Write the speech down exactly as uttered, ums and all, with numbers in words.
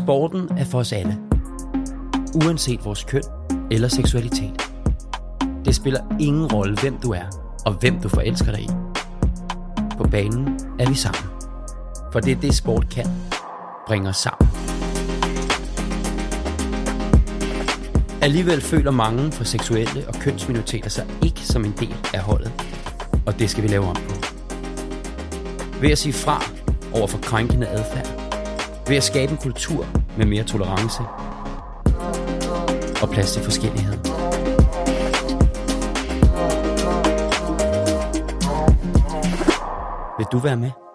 Sporten er for os alle. Uanset vores køn eller seksualitet. Det spiller ingen rolle, hvem du er og hvem du forelsker dig i. På banen er vi sammen. For det er det, sport kan. Bringe os sammen. Alligevel føler mange fra seksuelle og kønsminoriteter sig ikke som en del af holdet. Og det skal vi lave om på. Ved at sige fra over for krænkende adfærd. Ved at skabe en kultur med mere tolerance og plads til forskellighed. Vil du være med?